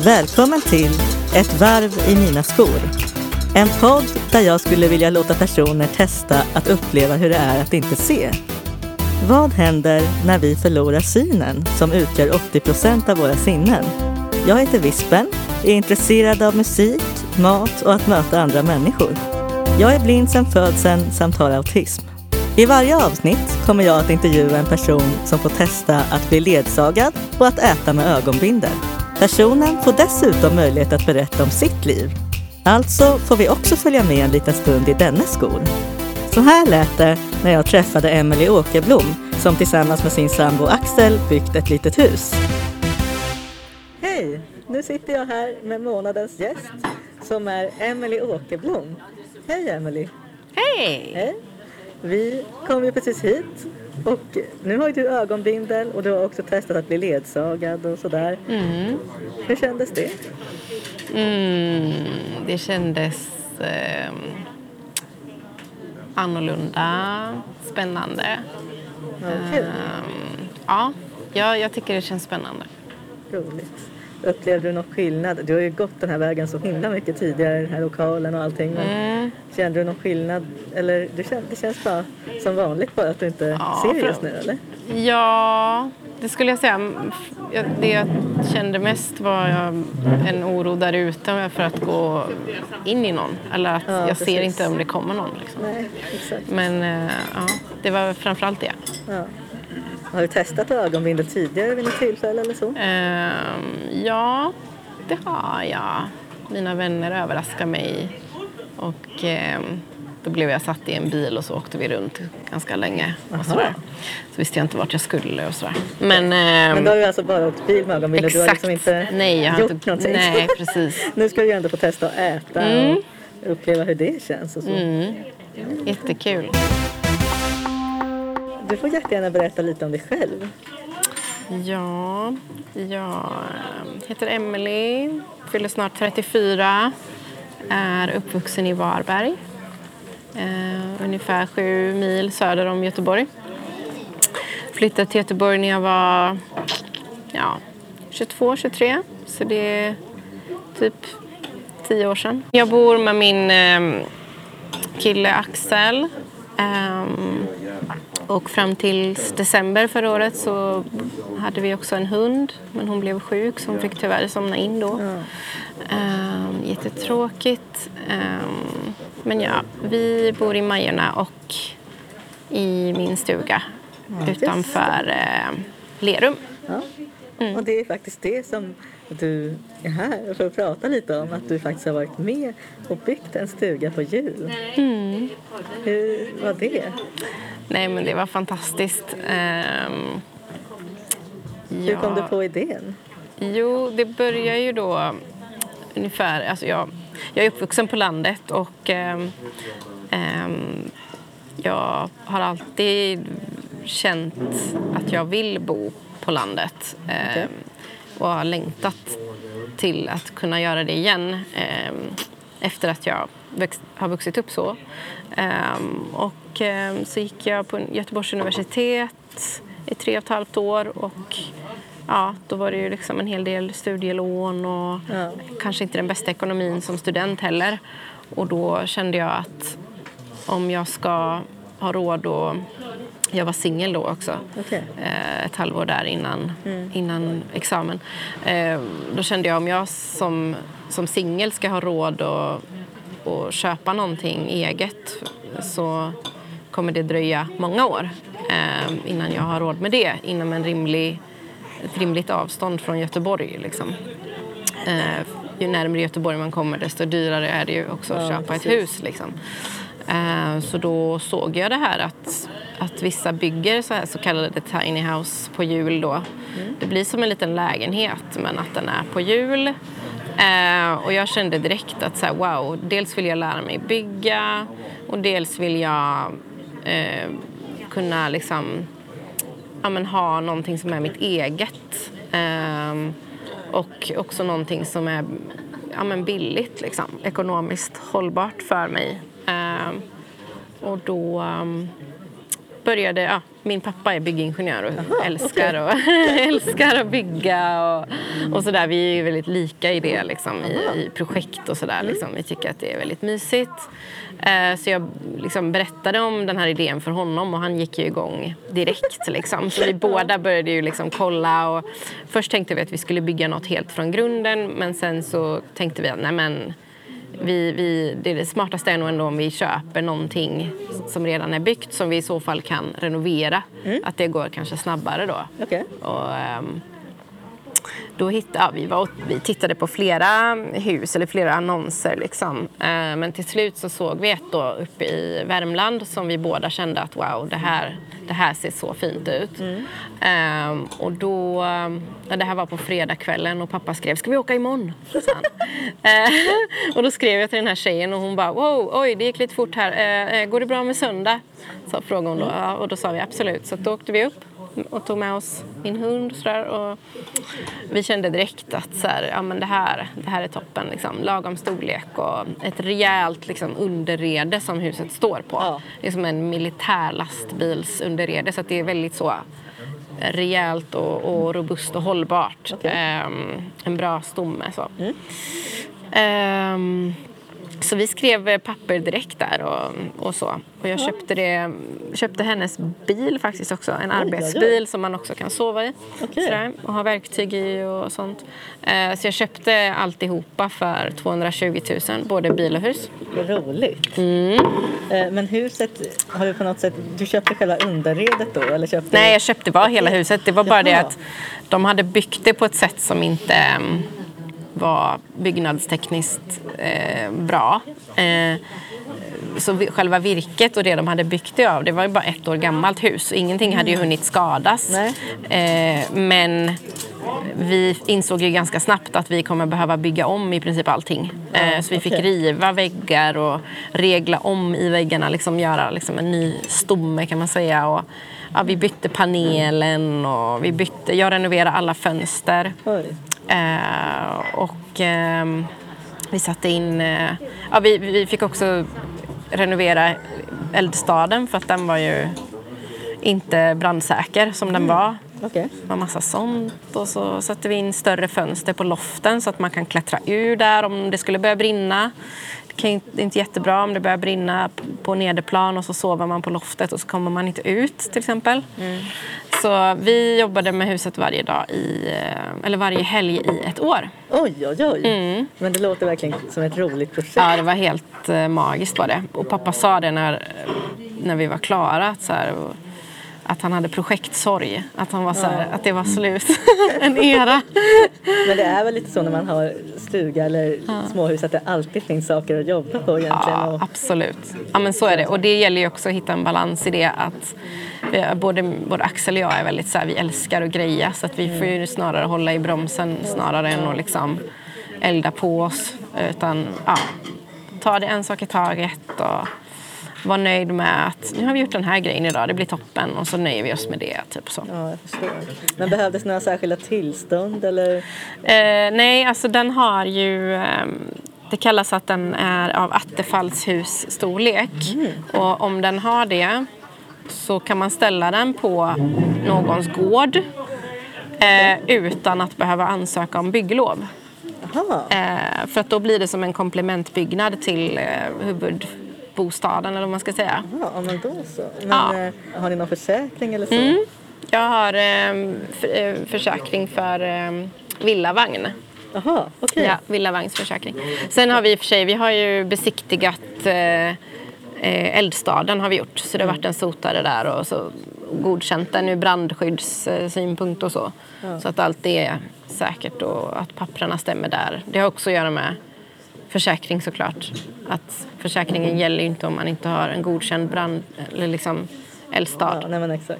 Välkommen till Ett varv i mina skor. En podd där jag skulle vilja låta personer testa att uppleva hur det är att inte se. Vad händer när vi förlorar synen som utgör 80% av våra sinnen? Jag heter Vispen, är intresserad av musik, mat och att möta andra människor. Jag är blind sedan födseln samt har autism. I varje avsnitt kommer jag att intervjua en person som får testa att bli ledsagad och att äta med ögonbindel. Personen får dessutom möjlighet att berätta om sitt liv. Alltså får vi också följa med en liten stund i dennes skor. Så här lät det när jag träffade Emelie Åkerblom som tillsammans med sin sambo Axel byggt ett litet hus. Hej! Nu sitter jag här med månadens gäst som är Emelie Åkerblom. Hej Emelie! Hej! Hej! Vi kom ju precis hit och nu har ju du ögonbindel och du har också testat att bli ledsagad och sådär. Hur kändes det? Det kändes annorlunda, spännande. Ja, jag tycker det känns spännande. Roligt. Upplevde du någon skillnad? Du har ju gått den här vägen så himla mycket tidigare, den här lokalen och allting. Men kände du någon skillnad? Eller det känns bara som vanligt bara att du inte ser just nu, eller? Ja, det skulle jag säga. Det jag kände mest var en oro där ute för att gå in i någon. Eller att jag precis. Ser inte om det kommer någon. Liksom. Nej, exakt. Men det var framförallt det. Ja. Har du testat ögonbindel tidigare vid något tillfälle eller så? Ja, det har jag. Mina vänner överraskade mig och då blev jag satt i en bil och så åkte vi runt ganska länge. Och sådär. Så visste jag inte vart jag skulle och sådär. Men då har du alltså bara åkt bil med ögonbindel? Du har liksom inte gjort någonting? Nej, precis. Nu ska du ändå få testa att äta och uppleva hur det känns och så. Jättekul. Du får jättegärna berätta lite om dig själv. Ja, jag heter Emelie, fyller snart 34, är uppvuxen i Varberg, ungefär 7 mil söder om Göteborg. Flyttade till Göteborg när jag var 22-23, så det är typ 10 år sedan. Jag bor med min kille Axel. Och fram till december förra året så hade vi också en hund. Men hon blev sjuk så hon fick tyvärr somna in då. Jättetråkigt. Men ja, vi bor i Majorna och i min stuga utanför Lerum. Ja. Och det är faktiskt det som du är här för att prata lite om. Att du faktiskt har varit med och byggt en stuga på jul. Hur var det? Nej, men det var fantastiskt. Hur kom du på idén? Jo, det börjar ju då ungefär... Alltså jag är uppvuxen på landet och jag har alltid känt att jag vill bo på landet. Och har längtat till att kunna göra det igen efter att jag har vuxit upp så. Så gick jag på Göteborgs universitet i 3,5 år och då var det ju liksom en hel del studielån och kanske inte den bästa ekonomin som student heller. Och då kände jag att om jag ska ha råd och jag var singel då också. Ett halvår där innan examen. Då kände jag om jag som singel ska ha råd och köpa någonting eget så kommer det dröja många år innan jag har råd med det inom ett rimligt avstånd från Göteborg liksom. Ju närmare Göteborg man kommer desto dyrare är det ju också att köpa ett hus liksom. Så då såg jag det här att vissa bygger så kallade tiny house på hjul då. Det blir som en liten lägenhet men att den är på hjul. Och jag kände direkt att så här, wow, dels vill jag lära mig bygga och dels vill jag kunna liksom ha någonting som är mitt eget och också någonting som är billigt liksom, ekonomiskt hållbart för mig. Och då började, min pappa är byggingenjör och älskar att bygga och sådär. Vi är ju väldigt lika i det liksom, i projekt och sådär. Liksom. Vi tycker att det är väldigt mysigt. Så jag liksom berättade om den här idén för honom och han gick ju igång direkt. Liksom. Så vi båda började ju liksom kolla och först tänkte vi att vi skulle bygga något helt från grunden, men sen så tänkte vi att det smartaste är nog ändå om vi köper någonting som redan är byggt som vi i så fall kan renovera. Att det går kanske snabbare då. Okay. Och då vi tittade på flera hus eller flera annonser liksom. Men till slut så såg vi ett då uppe i Värmland som vi båda kände att wow, det här ser så fint ut. Och då, det här var på fredagskvällen och pappa skrev, ska vi åka imorgon? Och då skrev jag till den här tjejen och hon bara, wow, oj, det gick lite fort här. Går det bra med söndag? Så frågade hon då, och då sa vi absolut. Så då åkte vi upp och tog med oss min hund och sådär, och vi kände direkt att så här, men det här är toppen liksom, lagom storlek och ett rejält liksom underrede som huset står på. Ja. Det är som en militär lastbils underrede, så att det är väldigt så rejält och robust och hållbart. Okay. En bra stomme så. Så vi skrev papper direkt där och så. Och jag köpte hennes bil faktiskt också. En arbetsbil som man också kan sova i. Okay. Sådär, och ha verktyg i och sånt. Så jag köpte alltihopa för 220 000, både bil och hus. Roligt. Men huset, har du på något sätt, du köpte själva underredet då? Eller Nej, jag köpte bara hela huset. Det var bara det att de hade byggt det på ett sätt som inte var byggnadstekniskt bra. Så själva virket och det de hade byggt det av, det var ju bara 1 år gammalt hus. Ingenting hade ju hunnit skadas. Men vi insåg ju ganska snabbt att vi kommer behöva bygga om i princip allting. Så vi fick riva väggar och regla om i väggarna, liksom göra liksom en ny stomme kan man säga. Och vi bytte panelen och jag renoverade alla fönster. Vi satte in, vi fick också renovera eldstaden för att den var ju inte brandsäker som den var. Okay. Det var massa sånt, och så satte vi in större fönster på loften så att man kan klättra ur där om det skulle börja brinna. Det är inte jättebra om det börjar brinna på nederplan och så sover man på loftet och så kommer man inte ut till exempel. Så vi jobbade med huset varje helg i 1 år. Oj. Men det låter verkligen som ett roligt projekt. Ja, det var helt magiskt var det. Och pappa sa det när vi var klara att han hade projektsorg. Att han var så här, att det var slut. En era. Men det är väl lite så när man har stuga eller småhus att det alltid finns saker att jobba på egentligen. Ja, absolut. Ja, men så är det. Och det gäller ju också att hitta en balans i det att både Axel och jag är väldigt så här, vi älskar att greja, så att vi får ju snarare hålla i bromsen snarare än att liksom elda på oss, utan ta det en sak i taget och vara nöjd med att nu har vi gjort den här grejen idag, det blir toppen, och så nöjer vi oss med det typ så. Ja, jag förstår. Men behövdes några särskilda tillstånd eller? Nej, alltså den har ju det kallas att den är av attefallshusstorlek. Och om den har det så kan man ställa den på någons gård utan att behöva ansöka om bygglov. För att då blir det som en komplementbyggnad till huvudbostaden, eller vad man ska säga. Ja, men då så. Men har ni någon försäkring eller så? Jag har försäkring för villavagn. Aha, okej. Ja, villavagnsförsäkring. Sen har vi har ju besiktigat eldstaden har vi gjort. Så det har varit en sotare där och så godkänt den ur brandskyddssynpunkt och så. Ja. Så att allt är säkert och att papperna stämmer där. Det har också att göra med försäkring såklart. Att försäkringen gäller ju inte om man inte har en godkänd brand eller liksom eldstad. Ja, nej men exakt.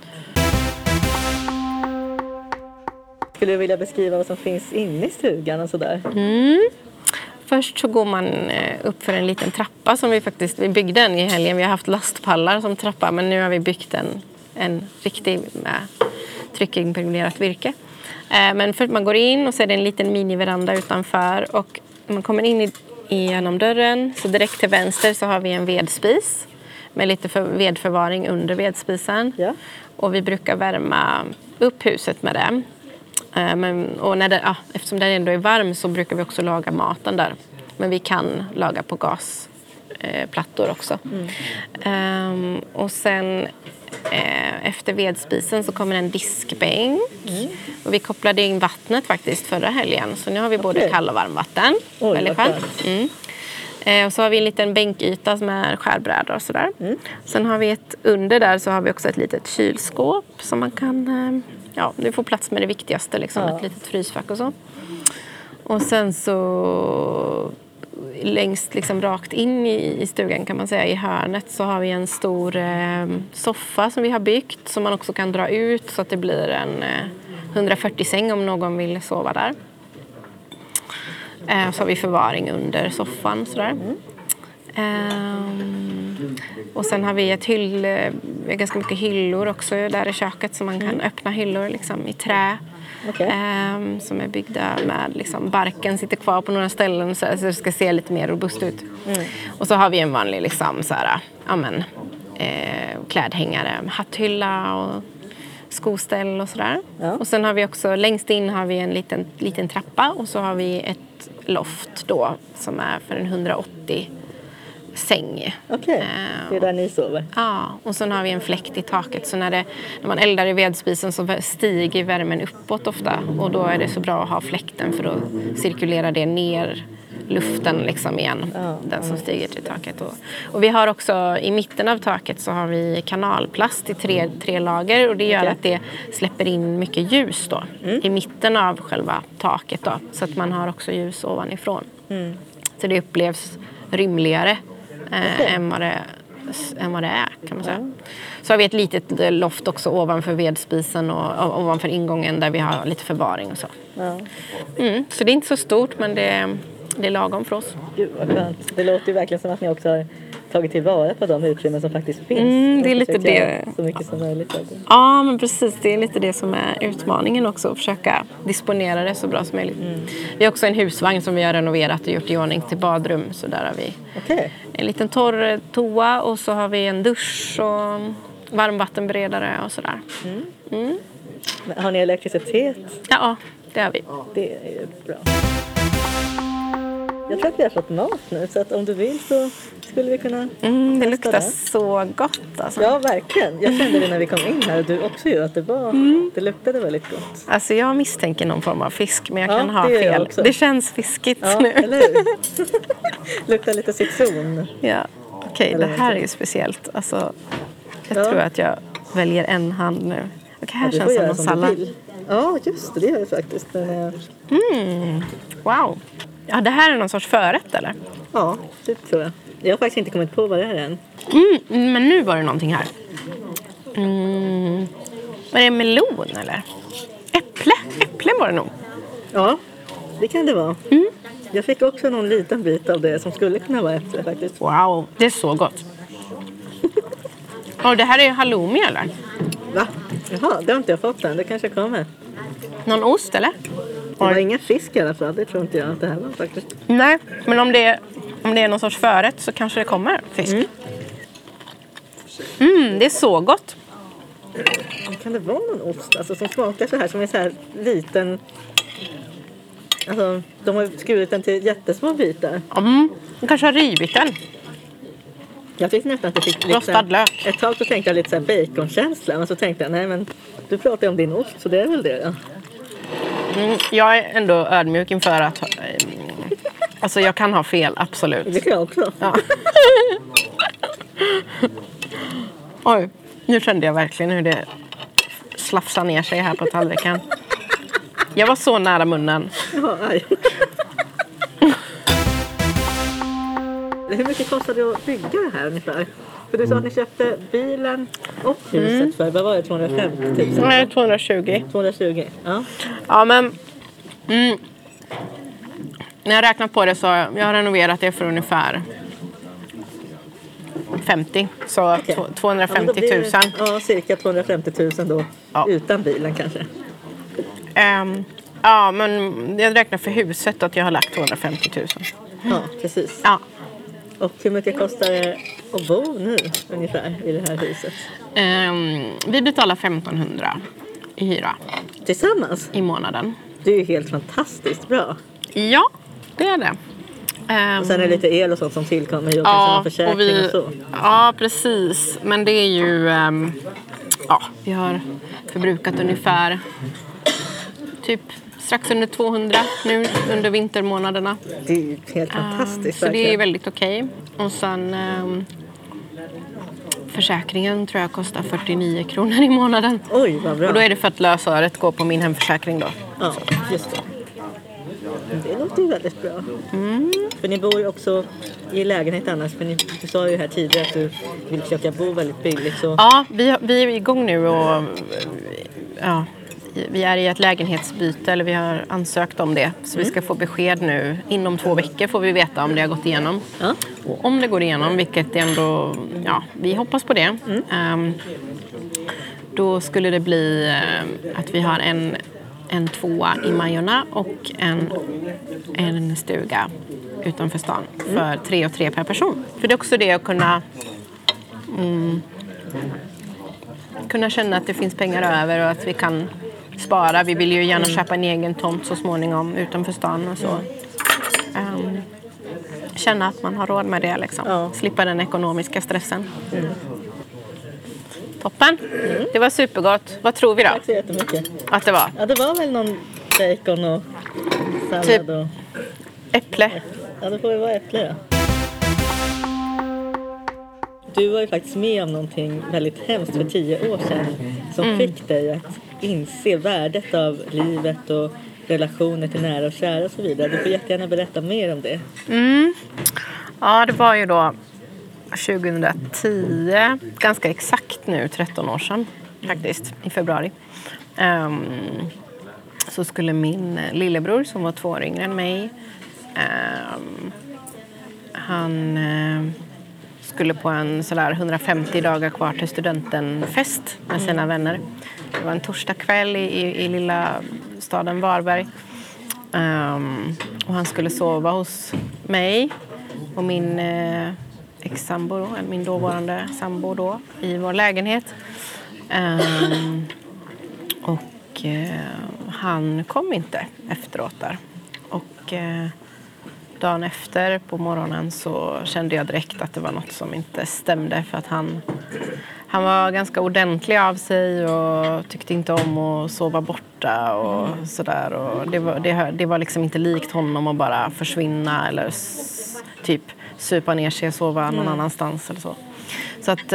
Skulle du vilja beskriva vad som finns inne i stugan och sådär? Först så går man upp för en liten trappa som vi byggde den i helgen. Vi har haft lastpallar som trappa, men nu har vi byggt en riktig med tryckimpregnerat virke. Men först man går in och så är det en liten miniveranda utanför, och man kommer in genom dörren, så direkt till vänster så har vi en vedspis med lite vedförvaring under vedspisen. Ja. Och vi brukar värma upp huset med det. Och eftersom den ändå är varm så brukar vi också laga maten där. Men vi kan laga på gasplattor också. Och sen efter vedspisen så kommer en diskbänk. Och vi kopplade in vattnet faktiskt förra helgen. Så nu har vi både kall- och varmvatten. Väldigt skönt. Och så har vi en liten bänkyta som är skärbrädor och sådär. Sen har vi under där så har vi också ett litet kylskåp som man kan... du får plats med det viktigaste, liksom, ett litet frysfack och så. Och sen så längst liksom rakt in i stugan kan man säga, i hörnet så har vi en stor soffa som vi har byggt som man också kan dra ut så att det blir en 140 säng om någon vill sova där. Så har vi förvaring under soffan sådär. Och sen har vi ganska mycket hyllor också där i köket så man kan öppna hyllor liksom, i trä. Som är byggda med liksom, barken sitter kvar på några ställen så det ska se lite mer robust ut. Och så har vi en vanlig liksom, klädhängare, hatthylla och skoställ och sådär. Och sen har vi också längst in har vi en liten trappa och så har vi ett loft då som är för en 180 säng. Okej, det är där ni sover. Ja, och sen har vi en fläkt i taket så när man eldar i vedspisen så stiger värmen uppåt ofta och då är det så bra att ha fläkten för att cirkulera det ner luften liksom igen, den som stiger till taket. Och vi har också i mitten av taket så har vi kanalplast i tre lager och det gör att det släpper in mycket ljus då i mitten av själva taket då, så att man har också ljus ovanifrån. Så det upplevs rymligare än vad det är kan man säga. Så har vi ett litet loft också ovanför vedspisen och ovanför ingången där vi har lite förvaring och så. Så det är inte så stort men det är lagom för oss. Gud vad skönt. Det låter ju verkligen som att ni också har tagit tillvara på de utrymmen som faktiskt finns. Det är lite det. Så mycket som möjligt. Ja, men precis. Det är lite det som är utmaningen också. Att försöka disponera det så bra som möjligt. Vi har också en husvagn som vi har renoverat och gjort i ordning till badrum. Så där har vi en liten torr toa och så har vi en dusch och varmvattenberedare och sådär. Har ni elektricitet? Ja, det har vi. Det är ju bra. Jag tror att vi har fått mat nu så att om du vill så skulle vi kunna det luktar så gott alltså. Ja, verkligen. Jag kände det när vi kom in här och du också gör att det luktade väldigt gott. Alltså jag misstänker någon form av fisk men jag kan ha fel. Det känns fiskigt nu. Eller hur? Luktar lite citron. Ja, okej, det här är ju speciellt. Alltså, jag tror att jag väljer en hand nu. Okej, här känns det någon sallad. Ja, just det gör det faktiskt. Wow. Ja, det här är någon sorts förrätt, eller? Ja, det tror jag. Jag har faktiskt inte kommit på vad det här är än. Men nu var det någonting här. Var det melon, eller? Äpple var det nog. Ja, det kan det vara. Jag fick också någon liten bit av det som skulle kunna vara äpple faktiskt. Wow, det är så gott. Och det här är halloumi, eller? Va? Jaha, det har inte jag fått än. Det kanske kommer. Någon ost, eller? Det var ingen fisk i alla fall. Det tror inte jag att det här var faktiskt. Nej, men om det är någon sorts förrätt så kanske det kommer fisk. Det är så gott. Kan det vara någon ost alltså, som smakar så här, som är så här liten... Alltså, de har skurit den till jättesmå bitar. De kanske har rivit den. Jag tyckte nästan att det fick lite... Rostad lök. Ett tag så tänkte jag lite så här baconkänsla. Men så tänkte jag, nej men du pratar ju om din ost så det är väl det då. Jag är ändå ödmjuk inför att... Alltså jag kan ha fel, absolut. Det kan jag också. Ja. Oj, nu kände jag verkligen hur det slafsar ner sig här på tallriken. Jag var så nära munnen. Ja, aj. Hur mycket kostade det att bygga det här ungefär? För du sa att ni köpte bilen och huset för, vad var det, 250 000? Nej, 220. 220, ja. Ja, men... när jag räknat på det så jag har renoverat det för ungefär 50. Så 250 000. Ja, cirka 250 000 då. Ja. Utan bilen kanske. Ja, men jag räknar för huset att jag har lagt 250 000. Ja, precis. Ja. Och hur mycket kostar det att bo nu ungefär i det här huset? Vi betalar 1500 i hyra. Tillsammans? I månaden. Det är ju helt fantastiskt bra. Ja, det är det. Och sen är det lite el och sånt som tillkommer. Och kanske någon försäkring och så. Ja, precis. Men det är ju... vi har förbrukat ungefär typ strax under 200 nu under vintermånaderna. Det är ju helt fantastiskt. Så det är väldigt okej. Och sen försäkringen tror jag kostar 49 kronor i månaden. Oj, vad bra. Och då är det för att lösöret går på min hemförsäkring då. Ja, just det. Det låter ju väldigt bra. För ni bor ju också i lägenhet annars. För du sa ju här tidigare att du vill försöka bo väldigt billigt. Så... Ja, vi är igång nu och vi är i ett lägenhetsbyte, eller vi har ansökt om det. Så vi ska få besked nu. Inom 2 veckor får vi veta om det har gått igenom. Ja. Och om det går igenom, vilket ändå, vi hoppas på det. Då skulle det bli att vi har en 2 i Majorna och en stuga utanför stan för 3 och 3 per person. För det är också det att kunna känna att det finns pengar över och att vi kan spara. Vi vill ju gärna köpa en egen tomt så småningom utanför stan och så. Känna att man har råd med det liksom. Ja. Slippa den ekonomiska stressen. Toppen. Det var supergott. Vad tror vi då? Tack så jättemycket. Att det var? Ja, det var väl någon bacon och sallad typ och... äpple. Ja, det får ju vara äpple då. Du var ju faktiskt med om någonting väldigt hemskt för 10 år sedan som fick dig att inse värdet av livet och relationer till nära och kära och så vidare. Du får jättegärna berätta mer om det. Ja, det var ju då 2010, ganska exakt nu, 13 år sedan faktiskt, i februari. Så skulle min lillebror som var 2 år yngre än mig, han skulle på en sådär 150 dagar kvar till studentenfest med sina vänner. Det var en torsdagkväll i lilla staden Varberg. Och han skulle sova hos mig och min ex-sambo då, min dåvarande sambo då, i vår lägenhet. Och han kom inte efteråt där. Och dagen efter på morgonen så kände jag direkt att det var något som inte stämde. För att han var ganska ordentlig av sig och tyckte inte om att sova borta och sådär. Och det var liksom inte likt honom att bara försvinna eller typ supa ner sig och sova någon annanstans eller så. Så att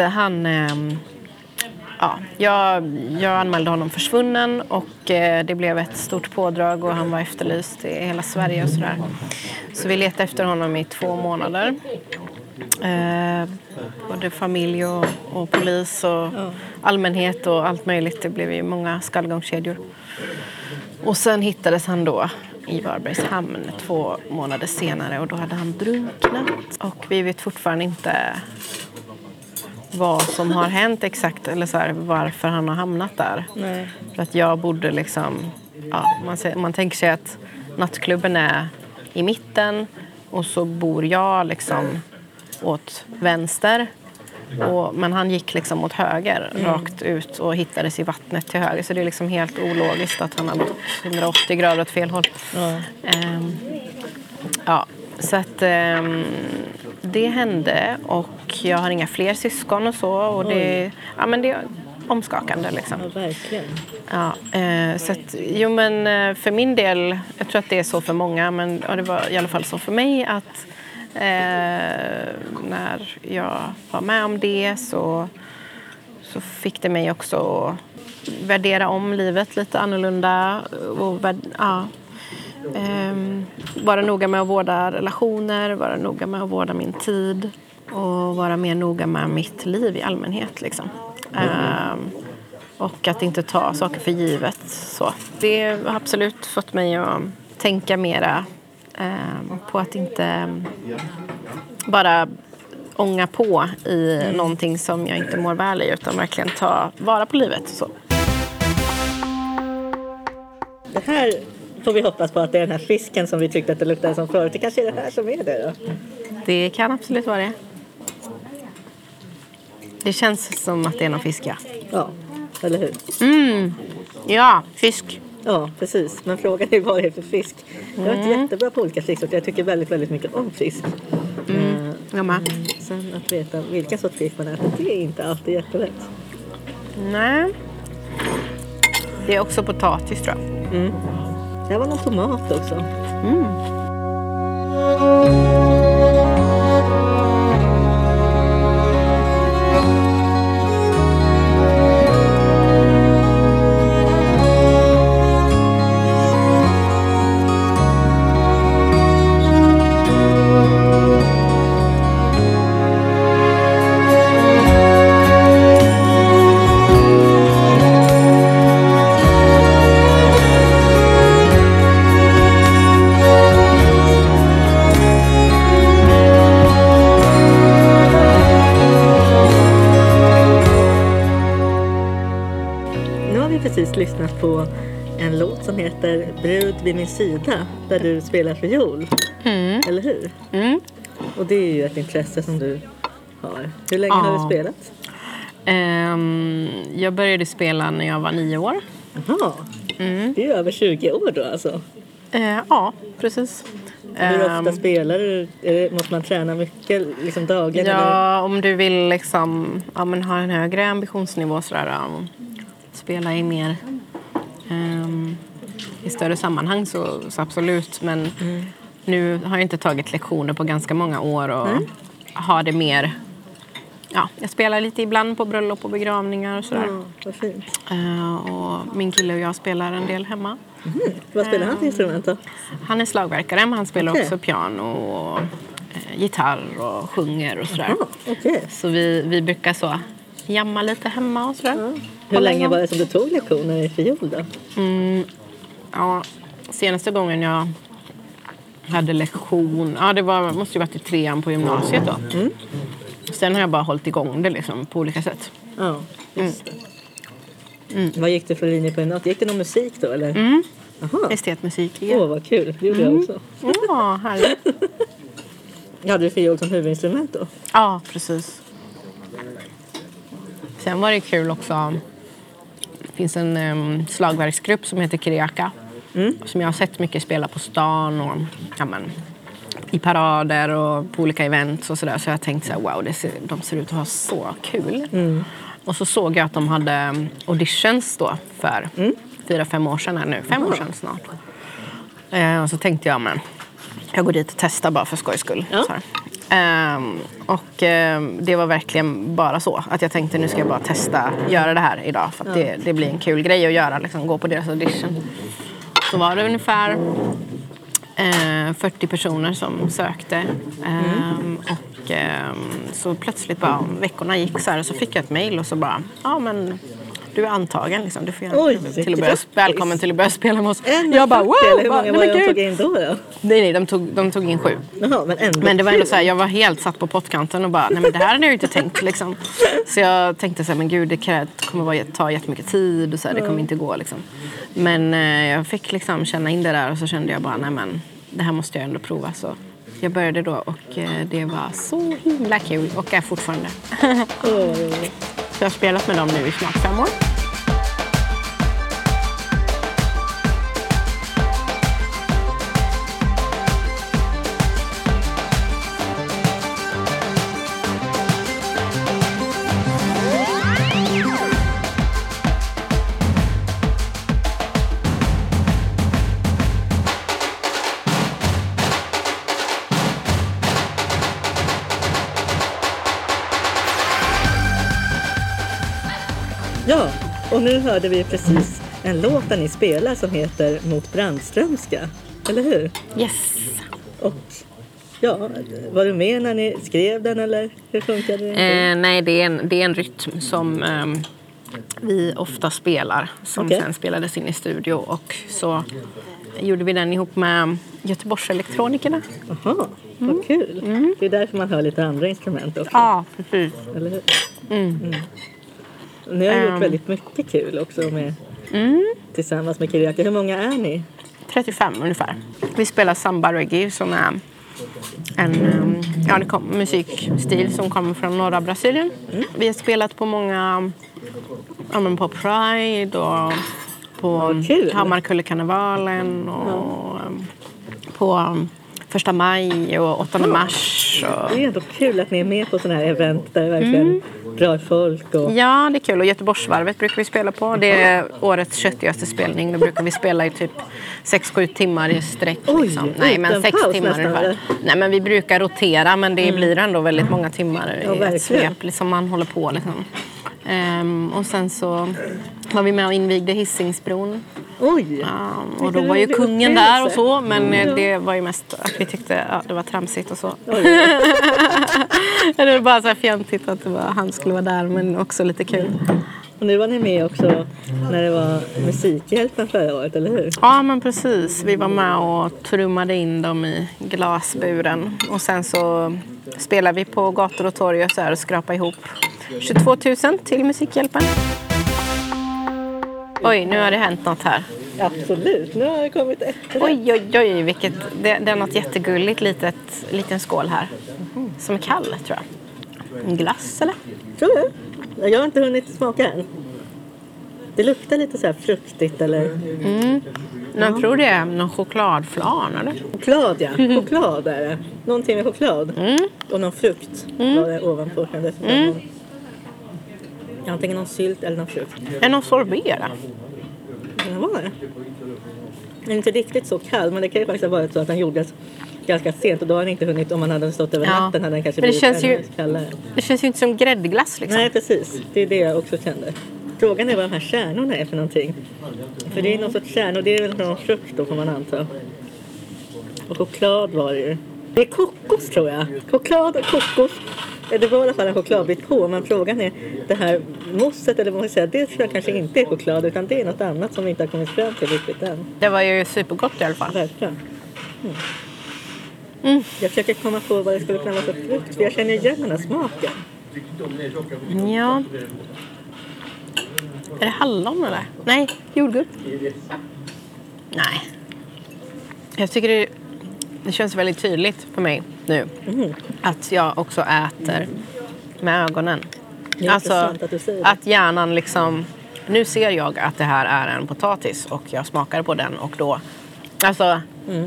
jag anmälde honom försvunnen och det blev ett stort pådrag och han var efterlyst i hela Sverige och sådär. Så vi letade efter honom i 2 månader. Både familj och polis och allmänhet och allt möjligt. Det blev ju många skallgångskedjor. Och sen hittades han då i Varbergs hamn 2 månader senare och då hade han drunknat. Och vi vet fortfarande inte vad som har hänt exakt eller så här, varför han har hamnat där. Nej. För att jag bodde liksom, man tänker sig att nattklubben är i mitten och så bor jag liksom åt vänster. Men han gick liksom åt höger rakt ut och hittades i vattnet till höger. Så det är liksom helt ologiskt att han har gått 180 grader åt fel håll. Så att det hände och jag har inga fler syskon och så. Och det är omskakande liksom. Ja, verkligen. Ja, så att, för min del, jag tror att det är så för många, men det var i alla fall så för mig att när jag var med om det så fick det mig också att värdera om livet lite annorlunda och vara noga med att vårda relationer, vara noga med att vårda min tid och vara mer noga med mitt liv i allmänhet liksom. Och att inte ta saker för givet så. Det har absolut fått mig att tänka mera på att inte bara ånga på i någonting som jag inte mår väl i utan verkligen ta vara på livet. Så. Det här får vi hoppas på att det är den här fisken som vi tyckte att det luktade som förut. Det kanske är det här som är det då? Det kan absolut vara det. Det känns som att det är någon fisk, ja. Ja, eller hur? Ja, fisk. Ja, precis. Men frågan är vad det är för fisk. Jag är inte jättebra på olika fisksorter. Jag tycker väldigt, väldigt mycket om fisk. Jag med. Sen att veta vilken sorts fisk man äter, det är inte alltid jättelätt. Nej. Det är också potatis, tror jag. Det var någon tomat också. Precis lyssnat på en låt som heter Brud vid min sida, där du spelar fiol. Eller hur? Och det är ju ett intresse som du har. Hur länge har du spelat? Jag började spela när jag var 9 år. Jaha, det är ju över 20 år då alltså. Ja, precis. Hur ofta spelar du? Måste man träna mycket liksom dagligen? Ja, eller? om du vill liksom, ha en högre ambitionsnivå sådär, spela i mer i större sammanhang så absolut, men nu har jag inte tagit lektioner på ganska många år och har det mer, jag spelar lite ibland på bröllop och begravningar och sådär. Ja, vad fint. Och min kille och jag spelar en del hemma. Vad spelar han för instrument då? Han är slagverkare, men han spelar också piano och gitarr och sjunger och sådär. Okay. Så vi brukar så jamma lite hemma och sådär. Hur länge var det som du tog lektioner i fiol då? Senaste gången jag hade lektion, måste ju varit i 3:an på gymnasiet då. Sen har jag bara hållit igång det liksom på olika sätt. Ja, just det. Vad gick du för linje på gymnasiet? Gick det någon musik då eller? Estetmusik. Vad kul, det gjorde jag också. Ja, härligt. Hade du fiol som huvudinstrument då? Ja, precis. Sen var det kul också. Det finns en slagverksgrupp som heter Kreaka. Som jag har sett mycket spela på stan och i parader och på olika events och sådär. Så jag tänkte så här, wow, de ser ut att ha så kul. Och så såg jag att de hade auditions då för 4-5 år sedan här nu. 5 år sedan snart. Och så tänkte jag, jag går dit och testar bara för skojs skull. Ja. Så det var verkligen bara så att jag tänkte, nu ska jag bara testa göra det här idag för att det blir en kul grej att göra, liksom, gå på deras audition. Så var det ungefär 40 personer som sökte och så plötsligt bara veckorna gick så här, och så fick jag ett mejl och så bara, du är antagen liksom. Du får välkommen till att börja spela med oss. Jag bara, wow! Hur många var de tog in då? Nej, de tog in 7. Jaha, men det var ändå så här, jag var helt satt på pottkanten och bara, nej men det här hade jag ju inte tänkt liksom. Så jag tänkte så här, men gud, det kommer ta jättemycket tid och så här, det kommer inte gå liksom. Men jag fick liksom känna in det där och så kände jag bara, nej men det här måste jag ändå prova. Så jag började då och det var så himla kul och är fortfarande. Så jag har spelat med dem nu i snart 5 år. Ja, och nu hörde vi precis en låt där ni spelar som heter Mot Brandströmska, eller hur? Yes. Och var du med när ni skrev den eller hur funkade det? Nej, det är en rytm som vi ofta spelar som sen spelades in i studio, och så gjorde vi den ihop med Göteborgselektronikerna. Jaha, vad kul. Det är därför man hör lite andra instrument också. Ja, precis. Eller hur? Ni har gjort väldigt mycket kul också tillsammans med Kreaka. Hur många är ni? 35 ungefär. Vi spelar samba reggae som är musikstil som kommer från norra Brasilien. Vi har spelat på många, på Pride och på Hammarkullekarnevalen och på 1 maj och 8 mars. Och... Det är ändå kul att ni är med på sådana här event där det verkligen drar folk. Och... Ja, det är kul. Och Göteborgsvarvet brukar vi spela på. Det är årets köttigaste spelning. Då brukar vi spela i typ 6-7 timmar i sträck. Liksom. Nej, men 6 timmar ungefär. Nej, men vi brukar rotera, men det blir ändå väldigt många timmar i ett svep. Liksom man håller på liksom. Och sen så var vi med och invigde Hisingsbron. Oj! Och då var ju kungen där och så, men det var ju mest att vi tyckte det var tramsigt och så. Det var bara så här fjantigt att han skulle vara där, men också lite kul. Och nu var ni med också när det var Musikhjälpen förra året, eller hur? Ja, men precis. Vi var med och trummade in dem i glasburen. Och sen så spelade vi på gator och torg och så här och skrapade ihop 22 000 till Musikhjälpen. Oj, nu har det hänt något här. Absolut, nu har det kommit efter. Oj, vilket, det är något jättegulligt liten skål här. Som är kall, tror jag. En glass, eller? Tror du? Jag har inte hunnit smaka än. Det luktar lite så här fruktigt, eller? Jag tror det är någon chokladflan, eller? Choklad, ja. Choklad är det. Någonting med choklad. Och någon frukt var det ovanpå. Antingen någon sylt eller någon frukt. Är någon sorbet, då? Det var det. Den är inte riktigt så kall, men det kan ju faktiskt ha varit så att den gjordes ganska sent. Och då har den inte hunnit, om man hade stått över natten hade den kanske blivit ännu kallare. Det känns ju inte som gräddglass liksom. Nej, precis. Det är det jag också kände. Frågan är vad de här kärnorna är för någonting. För det är någon sorts kärnor, det är väl någon frukt då får man anta. Och choklad var det ju. Det är kokos, tror jag. Choklad och kokos. Det var i alla fall en chokladbit på, men frågan är det här mosset, eller vad man säger, det tror jag kanske inte är choklad, utan det är något annat som vi inte har kommit fram till riktigt än. Det var ju supergott i alla fall. Verkligen. Jag försöker komma på vad det skulle kunna vara för frukt, för jag känner igen den här smaken. Ja. Är det hallon eller? Nej, jordgubb. Nej. Jag tycker det känns väldigt tydligt för mig nu att jag också äter med ögonen. Alltså att hjärnan liksom, nu ser jag att det här är en potatis och jag smakar på den och då, alltså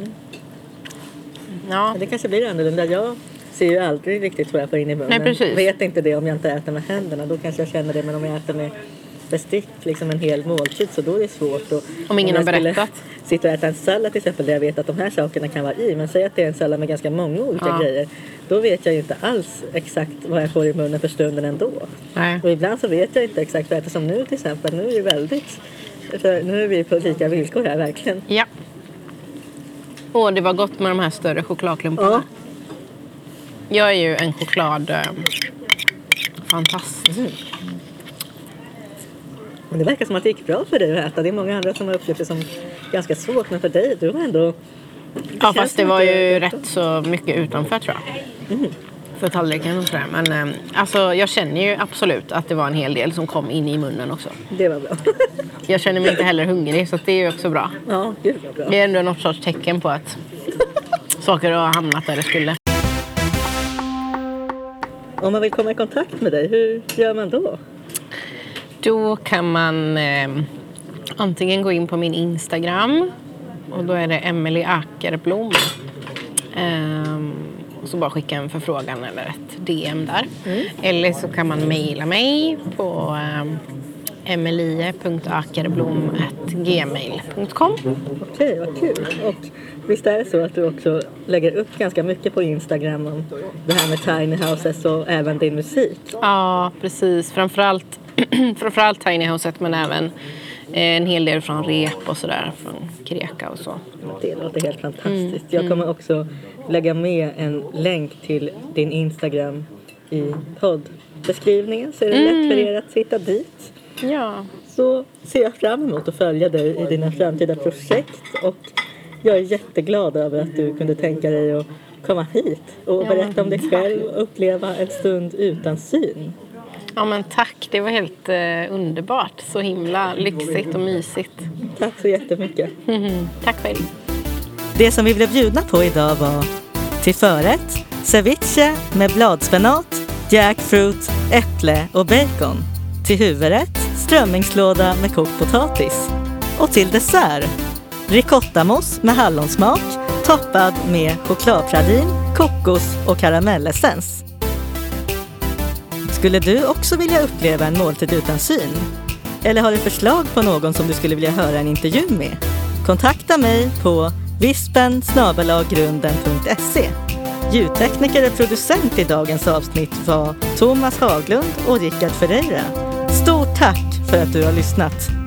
ja. Det kanske blir annorlunda. Jag ser ju aldrig riktigt vad jag får in i munnen. Nej, precis. Vet inte det om jag inte äter med händerna, då kanske jag känner det, men om jag äter med bestick, liksom en hel måltid, så då är det svårt. Och om ingen har berättat. Sitta och äta en sallad till exempel, där jag vet att de här sakerna kan vara i, men säg att det är en sallad med ganska många olika grejer, då vet jag ju inte alls exakt vad jag får i munnen för stunden ändå. Nej. Och ibland så vet jag inte exakt vad jag äter, som nu till exempel. Nu är det väldigt, för nu är vi på lika villkor här, verkligen. Ja. Och det var gott med de här större chokladklumparna. Ja. Jag är ju en choklad fantast. Men det verkar som att det gick bra för dig att äta. Det är många andra som har upplevt det som ganska svårt, men för dig, du var ändå... Ja, fast det var ju rätt så mycket utanför, tror jag. För tallriken och sådär. Men alltså, jag känner ju absolut att det var en hel del som kom in i munnen också. Det var bra. Jag känner mig inte heller hungrig, så det är ju också bra. Ja, gud vad bra. Det är ändå något sorts tecken på att saker har hamnat där det skulle. Om man vill komma i kontakt med dig, hur gör man då? Då kan man antingen gå in på min Instagram, och då är det Emelie Akerblom. Och så bara skicka en förfrågan eller ett DM där. Eller så kan man mejla mig på emelie.akerblom@gmail.com. Okej, vad kul. Och visst är det så att du också lägger upp ganska mycket på Instagram om det här med tiny houses och även din musik? Ja, precis. Framförallt tiny houset, men även en hel del från rep och sådär, från Kreka och så. Det låter helt fantastiskt. Jag kommer också lägga med en länk till din Instagram i poddbeskrivningen, så är det lätt för er att sitta dit. Ja. Så ser jag fram emot att följa dig i dina framtida projekt, och jag är jätteglad över att du kunde tänka dig att komma hit och berätta om dig själv och uppleva en stund utan syn. Ja, men tack, det var helt underbart. Så himla lyxigt och mysigt. Tack så jättemycket. Tack själv. Det som vi blev bjudna på idag var Till förrätt, ceviche med bladspenat, jackfruit, äpple och bacon. Till huvudrätt, strömmingslåda med kokt potatis. Och till dessert, ricottamousse med hallonsmak, toppad med chokladpralin, kokos och karamellessens. Skulle du också vilja uppleva en måltid utan syn? Eller har du förslag på någon som du skulle vilja höra en intervju med? Kontakta mig på vispen@grunden.se. Ljudtekniker och producent i dagens avsnitt var Thomas Haglund och Rickard Ferreira. Stort tack för att du har lyssnat!